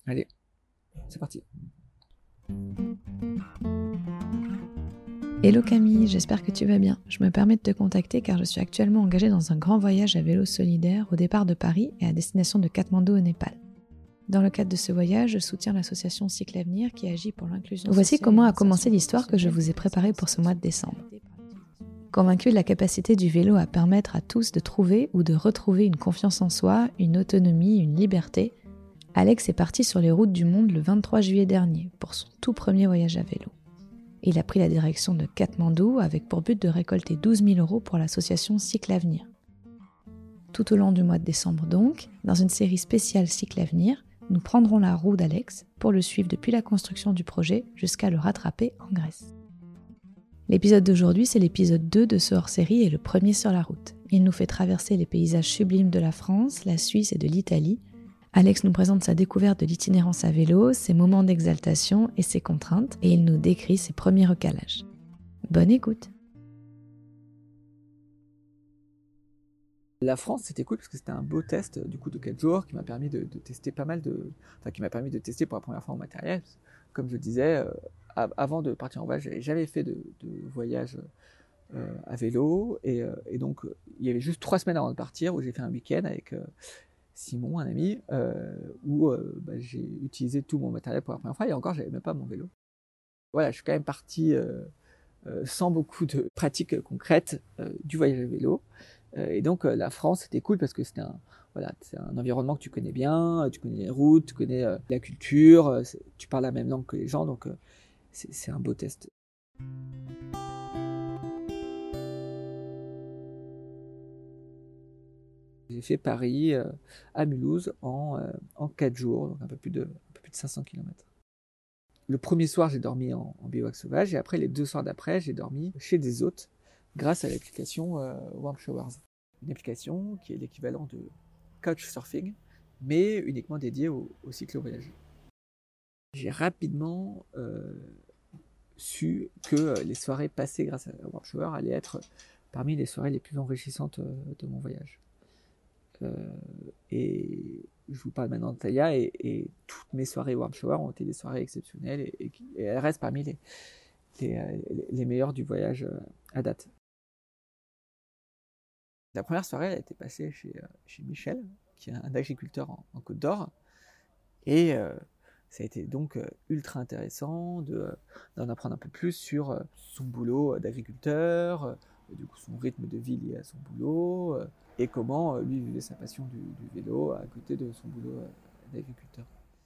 Allez, c'est parti. Hello Camille, j'espère que tu vas bien. Je me permets de te contacter car je suis actuellement engagée dans un grand voyage à vélo solidaire au départ de Paris et à destination de Katmandou au Népal. Dans le cadre de ce voyage, je soutiens l'association Cycle Avenir qui agit pour l'inclusion Voici sociale. comment a commencé l'histoire que je vous ai préparée pour ce mois de décembre. Convaincu de la capacité du vélo à permettre à tous de trouver ou de retrouver une confiance en soi, une autonomie, une liberté, Alex est parti sur les routes du monde le 23 juillet dernier pour son tout premier voyage à vélo. Il a pris la direction de Katmandou avec pour but de récolter 12 000 € pour l'association Cycle Avenir. Tout au long du mois de décembre donc, dans une série spéciale Cycle Avenir, nous prendrons la roue d'Alex pour le suivre depuis la construction du projet jusqu'à le rattraper en Grèce. L'épisode d'aujourd'hui, c'est l'épisode 2 de ce hors-série et le premier sur la route. Il nous fait traverser les paysages sublimes de la France, la Suisse et de l'Italie. Alex nous présente sa découverte de l'itinérance à vélo, ses moments d'exaltation et ses contraintes, et il nous décrit ses premiers recalages. Bonne écoute! La France, c'était cool parce que c'était un beau test du coup de 4 jours qui m'a permis de tester pas mal de... Enfin, qui m'a permis de tester pour la première fois mon matériel. Comme je disais, avant de partir en voyage, j'avais jamais fait de voyage à vélo. Et donc, il y avait juste 3 semaines avant de partir où j'ai fait un week-end avec Simon, un ami, où j'ai utilisé tout mon matériel pour la première fois. Et encore, j'avais même pas mon vélo. Voilà, je suis quand même parti sans beaucoup de pratiques concrètes du voyage à vélo. Et donc la France, c'était cool parce que c'est un environnement que tu connais bien, tu connais les routes, tu connais la culture, tu parles la même langue que les gens, donc c'est un beau test. J'ai fait Paris à Mulhouse en 4 jours, donc un peu plus de 500 km. Le premier soir, j'ai dormi en bivouac sauvage, et après, les 2 soirs d'après, j'ai dormi chez des hôtes grâce à l'application Warm Showers. Une application qui est l'équivalent de Couchsurfing, mais uniquement dédiée au cyclo-voyage. J'ai rapidement su que les soirées passées grâce à Warm Shower allaient être parmi les soirées les plus enrichissantes de mon voyage. Et je vous parle maintenant de Thaïa, et toutes mes soirées Warm Shower ont été des soirées exceptionnelles, et elles restent parmi les meilleures du voyage à date. La première soirée, elle a été passée chez Michel, qui est un agriculteur en Côte d'Or, et ça a été donc ultra intéressant d'en apprendre un peu plus sur son boulot d'agriculteur, du coup son rythme de vie lié à son boulot, et comment lui vivait sa passion du vélo à côté de son boulot d'agriculteur.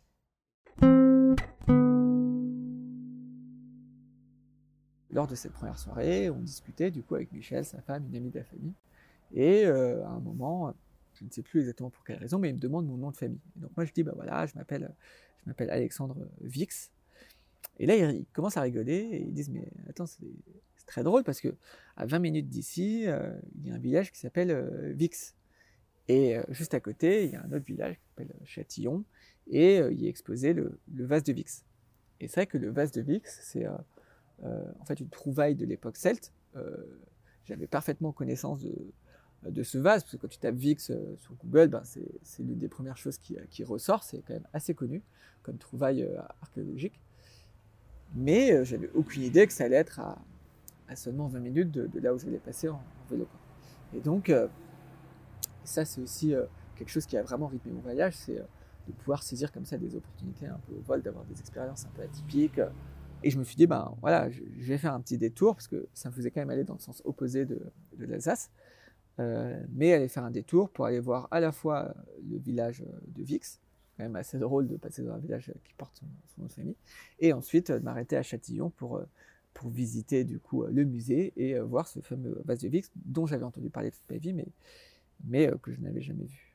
Lors de cette première soirée, on discutait du coup avec Michel, sa femme, une amie de la famille, et à un moment, je ne sais plus exactement pour quelle raison, mais il me demande mon nom de famille. Et donc moi je dis, bah voilà, je m'appelle Alexandre Vix. Et là, ils commencent à rigoler et ils disent, mais attends, c'est très drôle parce que à 20 minutes d'ici, il y a un village qui s'appelle Vix. Et juste à côté, il y a un autre village qui s'appelle Châtillon, et il y a exposé le vase de Vix. Et c'est vrai que le vase de Vix, c'est en fait une trouvaille de l'époque celte. J'avais parfaitement connaissance de ce vase, parce que quand tu tapes Vix sur Google, ben c'est l'une des premières choses qui ressort. C'est quand même assez connu comme trouvaille archéologique. Mais j'avais aucune idée que ça allait être à seulement 20 minutes de là où j'allais passer en vélo. Et donc, ça c'est aussi quelque chose qui a vraiment rythmé mon voyage, c'est de pouvoir saisir comme ça des opportunités un peu au vol, d'avoir des expériences un peu atypiques. Et je me suis dit, ben voilà, je vais faire un petit détour, parce que ça me faisait quand même aller dans le sens opposé de l'Alsace, mais aller faire un détour pour aller voir à la fois le village de Vix, quand même assez drôle de passer dans un village qui porte son nom de famille, et ensuite de m'arrêter à Châtillon pour visiter du coup le musée et voir ce fameux vase de Vix dont j'avais entendu parler toute ma vie, mais que je n'avais jamais vu.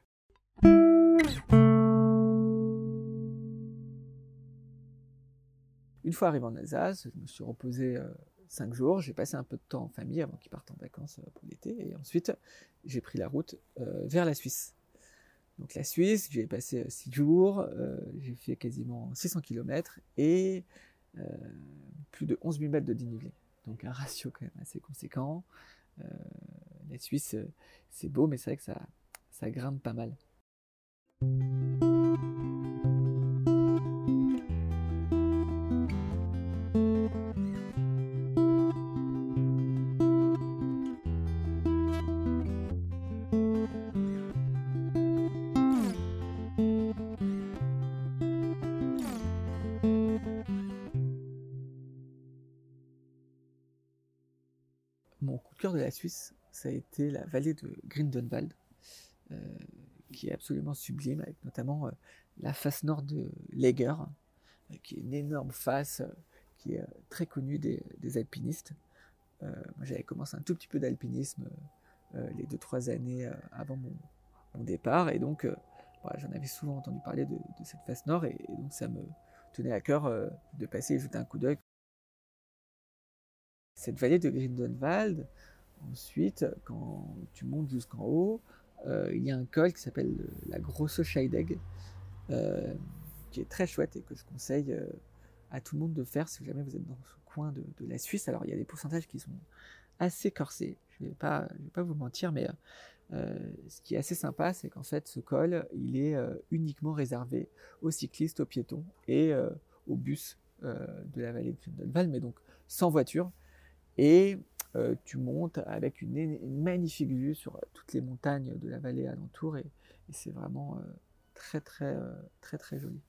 Une fois arrivé en Alsace, je me suis reposé 5 jours, j'ai passé un peu de temps en famille avant qu'ils partent en vacances pour l'été, et ensuite j'ai pris la route vers la Suisse. Donc la Suisse, j'y ai passé 6 jours, j'ai fait quasiment 600 km et plus de 11 000 mètres de dénivelé. Donc un ratio quand même assez conséquent. La Suisse, c'est beau, mais c'est vrai que ça grimpe pas mal. cœur de la Suisse, ça a été la vallée de Grindelwald, qui est absolument sublime, avec notamment la face nord de Läger, qui est une énorme face qui est très connue des alpinistes. Moi, j'avais commencé un tout petit peu d'alpinisme les 2-3 années avant mon départ, et donc voilà, j'en avais souvent entendu parler de cette face nord, et donc ça me tenait à cœur de passer et jeter un coup d'œil. Cette vallée de Grindelwald, ensuite, quand tu montes jusqu'en haut, il y a un col qui s'appelle la Grosse Scheidegg, qui est très chouette et que je conseille à tout le monde de faire si jamais vous êtes dans ce coin de la Suisse. Alors il y a des pourcentages qui sont assez corsés, je ne vais pas vous mentir, mais ce qui est assez sympa, c'est qu'en fait ce col, il est uniquement réservé aux cyclistes, aux piétons et aux bus de la vallée de Grindelwald, mais donc sans voiture. Et tu montes avec une magnifique vue sur toutes les montagnes de la vallée alentour, et c'est vraiment très joli.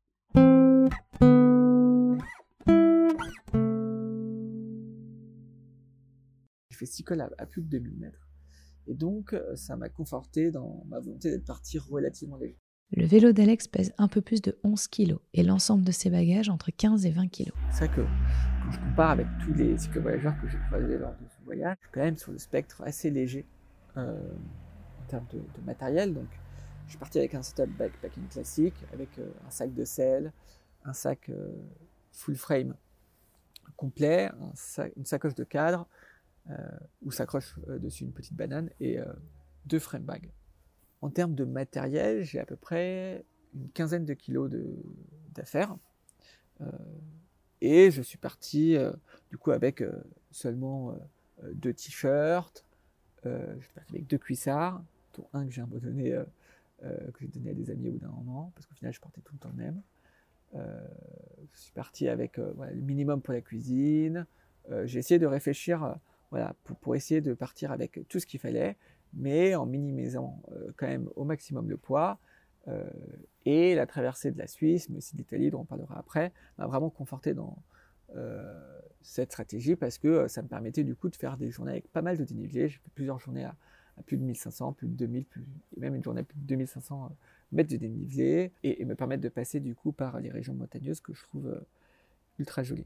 J'ai fait 6 cols à plus de 2000 mètres, et donc ça m'a conforté dans ma volonté d'être parti relativement léger. Le vélo d'Alex pèse un peu plus de 11 kg et l'ensemble de ses bagages entre 15 et 20 kg. C'est vrai que quand je compare avec tous les cyclo-voyageurs que j'ai croisés lors de ce voyage, je suis quand même sur le spectre assez léger en termes de matériel. Donc, je suis parti avec un setup backpacking classique, avec un sac de sel, un sac full frame complet, une sacoche de cadre où s'accroche dessus une petite banane, et 2 frame bags. En termes de matériel, j'ai à peu près une quinzaine de kilos d'affaires. Et je suis parti du coup avec seulement 2 t-shirts, je suis parti avec 2 cuissards, dont un que j'ai abandonné, que j'ai donné à des amis au bout d'un moment, parce qu'au final je portais tout le temps le même. Je suis parti avec voilà, le minimum pour la cuisine. J'ai essayé de réfléchir voilà, pour essayer de partir avec tout ce qu'il fallait, mais en minimisant quand même au maximum le poids. Et la traversée de la Suisse, mais aussi d'Italie, dont on parlera après, m'a vraiment conforté dans cette stratégie, parce que ça me permettait du coup de faire des journées avec pas mal de dénivelé. J'ai fait plusieurs journées à plus de 1500, plus de 2000, et même une journée à plus de 2500 mètres de dénivelé, et me permettre de passer du coup par les régions montagneuses que je trouve ultra jolies.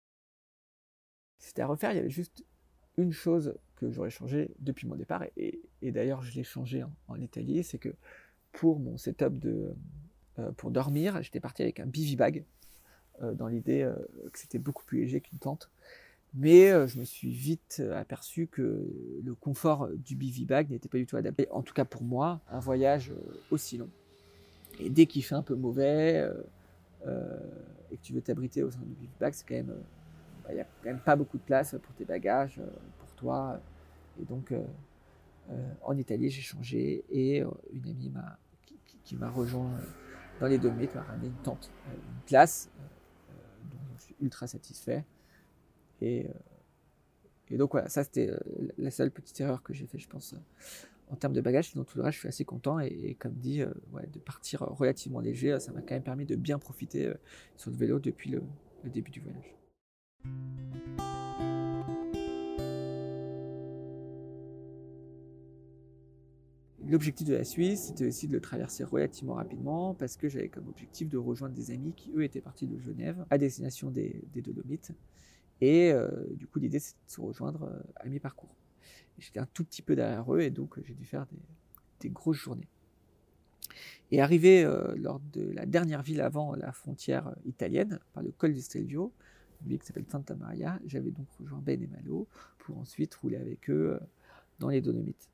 Si c'était à refaire, il y avait juste une chose que j'aurais changé depuis mon départ, et d'ailleurs je l'ai changé en Italie, c'est que pour mon setup pour dormir, j'étais parti avec un bivy bag, dans l'idée que c'était beaucoup plus léger qu'une tente. Mais je me suis vite aperçu que le confort du bivy bag n'était pas du tout adapté, en tout cas pour moi, un voyage aussi long. Et dès qu'il fait un peu mauvais et que tu veux t'abriter au sein du bivy bag, c'est quand même, il n'y a quand même pas beaucoup de place pour tes bagages, pour toi. Et donc en Italie, j'ai changé, et une amie qui m'a rejoint dans les Dolomites m'a ramené une tente, une place dont je suis ultra satisfait. Et donc voilà, ça c'était la seule petite erreur que j'ai fait, je pense, en termes de bagages. Sinon tout le reste, je suis assez content, et comme dit, ouais, de partir relativement léger, ça m'a quand même permis de bien profiter sur le vélo depuis le début du voyage. L'objectif de la Suisse, c'était aussi de le traverser relativement rapidement, parce que j'avais comme objectif de rejoindre des amis qui, eux, étaient partis de Genève à destination des Dolomites. Et du coup, l'idée, c'était de se rejoindre à mi-parcours. J'étais un tout petit peu derrière eux, et donc j'ai dû faire des grosses journées. Et arrivé lors de la dernière ville avant la frontière italienne, par le col du Stelvio, une ville qui s'appelle Santa Maria, j'avais donc rejoint Ben et Malo pour ensuite rouler avec eux dans les Dolomites.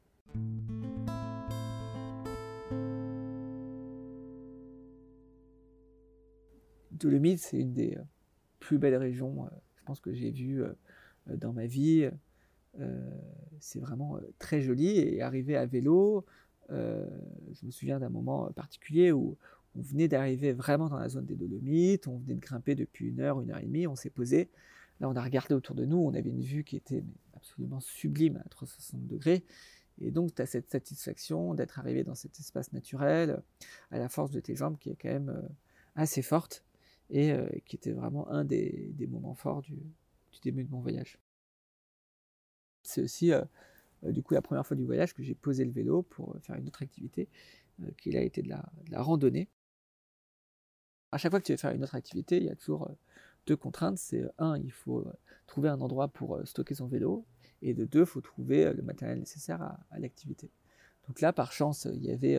Dolomites, c'est une des plus belles régions, je pense, que j'ai vues dans ma vie. C'est vraiment très joli, et arrivé à vélo, je me souviens d'un moment particulier où on venait d'arriver vraiment dans la zone des Dolomites, on venait de grimper depuis 1 heure, 1h30, on s'est posé. Là, on a regardé autour de nous, on avait une vue qui était absolument sublime à 360 degrés. Et donc, tu as cette satisfaction d'être arrivé dans cet espace naturel, à la force de tes jambes qui est quand même assez forte, et qui était vraiment un des moments forts du début de mon voyage. C'est aussi du coup la première fois du voyage que j'ai posé le vélo pour faire une autre activité qui a été de la randonnée. À chaque fois que tu veux faire une autre activité, il y a toujours deux contraintes. C'est un, il faut trouver un endroit pour stocker son vélo, et de deux, il faut trouver le matériel nécessaire à l'activité. Donc là, par chance, il y avait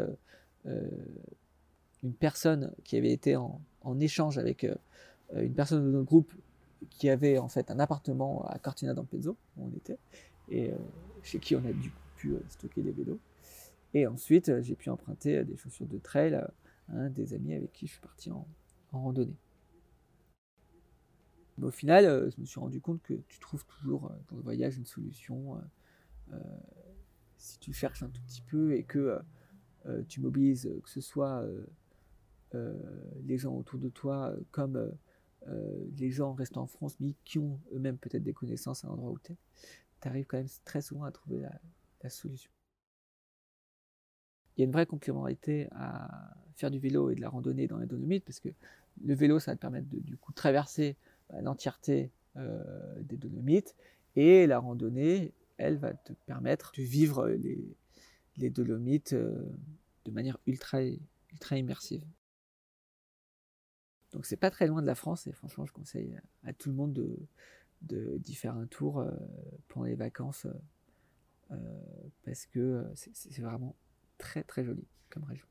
une personne qui avait été en échange avec une personne de notre groupe qui avait en fait un appartement à Cortina d'Ampezzo, où on était, et chez qui on a du coup pu stocker les vélos. Et ensuite, j'ai pu emprunter des chaussures de trail à un des amis avec qui je suis parti en randonnée. Mais au final, je me suis rendu compte que tu trouves toujours dans le voyage une solution si tu cherches un tout petit peu et que tu mobilises que ce soit les gens autour de toi comme les gens restant en France mais qui ont eux-mêmes peut-être des connaissances à l'endroit où tu es, tu arrives quand même très souvent à trouver la solution. Il y a une vraie complémentarité à faire du vélo et de la randonnée dans les Dolomites parce que le vélo, ça va te permettre de du coup traverser l'entièreté des Dolomites, et la randonnée, elle va te permettre de vivre les Dolomites de manière ultra immersive. Donc c'est pas très loin de la France, et franchement je conseille à tout le monde d'y faire un tour pendant les vacances parce que c'est vraiment très très joli comme région.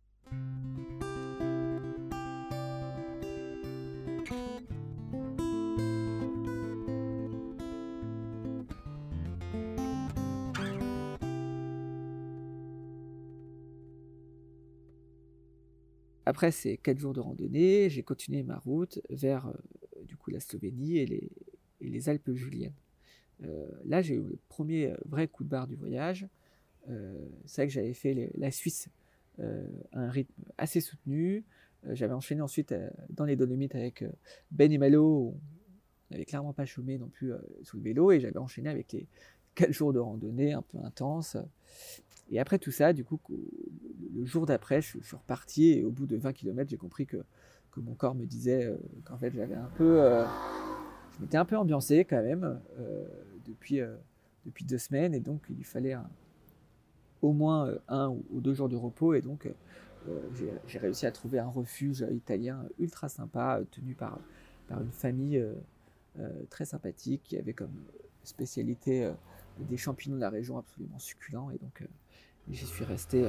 Après ces 4 jours de randonnée, j'ai continué ma route vers du coup la Slovénie et les Alpes juliennes. Là, j'ai eu le premier vrai coup de barre du voyage. C'est vrai que j'avais fait la Suisse à un rythme assez soutenu. J'avais enchaîné ensuite dans les Dolomites avec Ben et Malo, où on n'avait clairement pas chômé non plus sur le vélo, et j'avais enchaîné avec les 4 jours de randonnée un peu intenses. Et après tout ça, du coup, le jour d'après, je suis reparti, et au bout de 20 km, j'ai compris que mon corps me disait qu'en fait, j'avais un peu... je m'étais un peu ambiancé quand même depuis 2 semaines, et donc il fallait au moins 1 ou 2 jours de repos, et donc j'ai réussi à trouver un refuge italien ultra sympa, tenu par une famille très sympathique, qui avait comme spécialité des champignons de la région absolument succulents, et donc j'y suis resté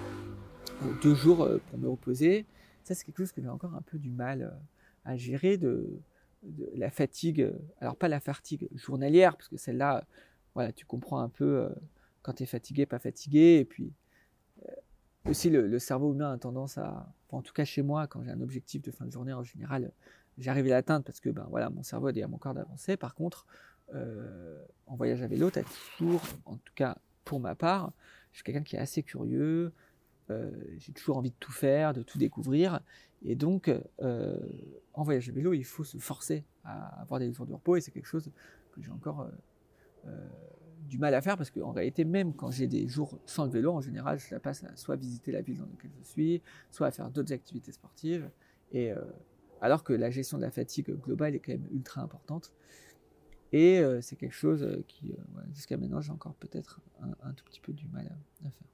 2 jours pour me reposer. Ça, c'est quelque chose que j'ai encore un peu du mal à gérer, de la fatigue, alors pas la fatigue journalière, parce que celle-là, voilà, tu comprends un peu quand tu es fatigué, pas fatigué, et puis aussi le cerveau humain a tendance à, enfin, en tout cas chez moi, quand j'ai un objectif de fin de journée, en général, j'arrive à l'atteindre parce que ben, voilà, mon cerveau a dit à mon corps d'avancer. Par contre, en voyage à vélo, tu as toujours, en tout cas pour ma part, je suis quelqu'un qui est assez curieux, j'ai toujours envie de tout faire, de tout découvrir, et donc en voyage à vélo, il faut se forcer à avoir des jours de repos, et c'est quelque chose que j'ai encore du mal à faire, parce qu'en réalité, même quand j'ai des jours sans le vélo, en général, je la passe à soit visiter la ville dans laquelle je suis, soit à faire d'autres activités sportives, et alors que la gestion de la fatigue globale est quand même ultra importante, et c'est quelque chose qui, jusqu'à maintenant, j'ai encore peut-être un tout petit peu du mal à faire.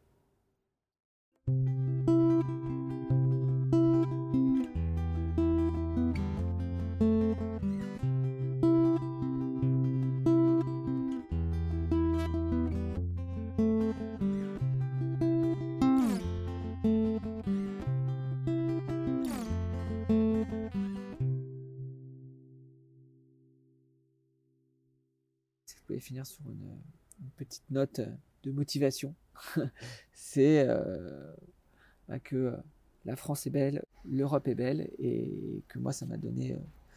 Si je pouvais finir sur une petite note de motivation, c'est que la France est belle, l'Europe est belle, et que moi, ça m'a donné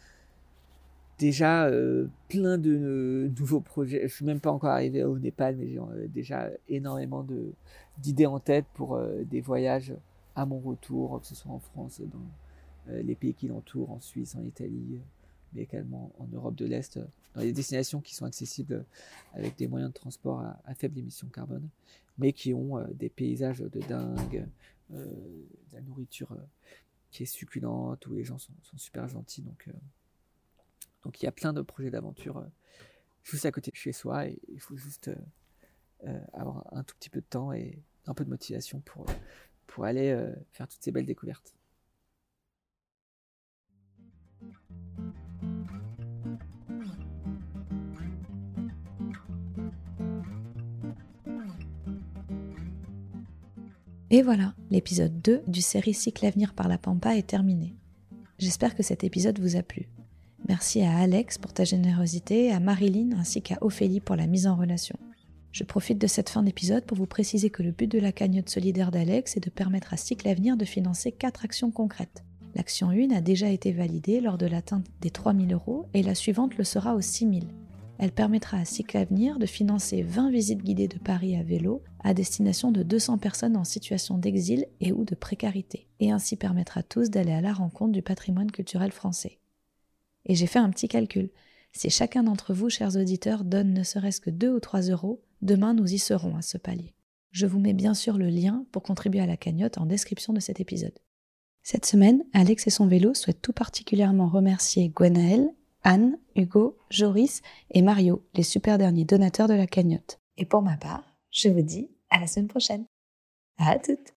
déjà plein de nouveaux projets. Je ne suis même pas encore arrivé au Népal, mais j'ai déjà énormément d'idées en tête pour des voyages à mon retour, que ce soit en France, dans les pays qui l'entourent, en Suisse, en Italie, mais également en Europe de l'Est, dans des destinations qui sont accessibles avec des moyens de transport à faible émission carbone, mais qui ont des paysages de dingue, de la nourriture qui est succulente, où les gens sont super gentils. Donc il y a plein de projets d'aventure juste à côté de chez soi, et il faut juste avoir un tout petit peu de temps et un peu de motivation pour aller faire toutes ces belles découvertes. Et voilà, l'épisode 2 du série Cycle Avenir par la Pampa est terminé. J'espère que cet épisode vous a plu. Merci à Alex pour ta générosité, à Marilyn ainsi qu'à Ophélie pour la mise en relation. Je profite de cette fin d'épisode pour vous préciser que le but de la cagnotte solidaire d'Alex est de permettre à Cycle Avenir de financer 4 actions concrètes. L'action 1 a déjà été validée lors de l'atteinte des 3 000 € et la suivante le sera aux 6 000. Elle permettra à Cycle Avenir de financer 20 visites guidées de Paris à vélo à destination de 200 personnes en situation d'exil et ou de précarité, et ainsi permettre à tous d'aller à la rencontre du patrimoine culturel français. Et j'ai fait un petit calcul. Si chacun d'entre vous, chers auditeurs, donne ne serait-ce que 2 ou 3 €, demain nous y serons à ce palier. Je vous mets bien sûr le lien pour contribuer à la cagnotte en description de cet épisode. Cette semaine, Alex et son vélo souhaitent tout particulièrement remercier Gwenaëlle, Anne, Hugo, Joris et Mario, les super derniers donateurs de la cagnotte. Et pour ma part, je vous dis à la semaine prochaine. À toutes!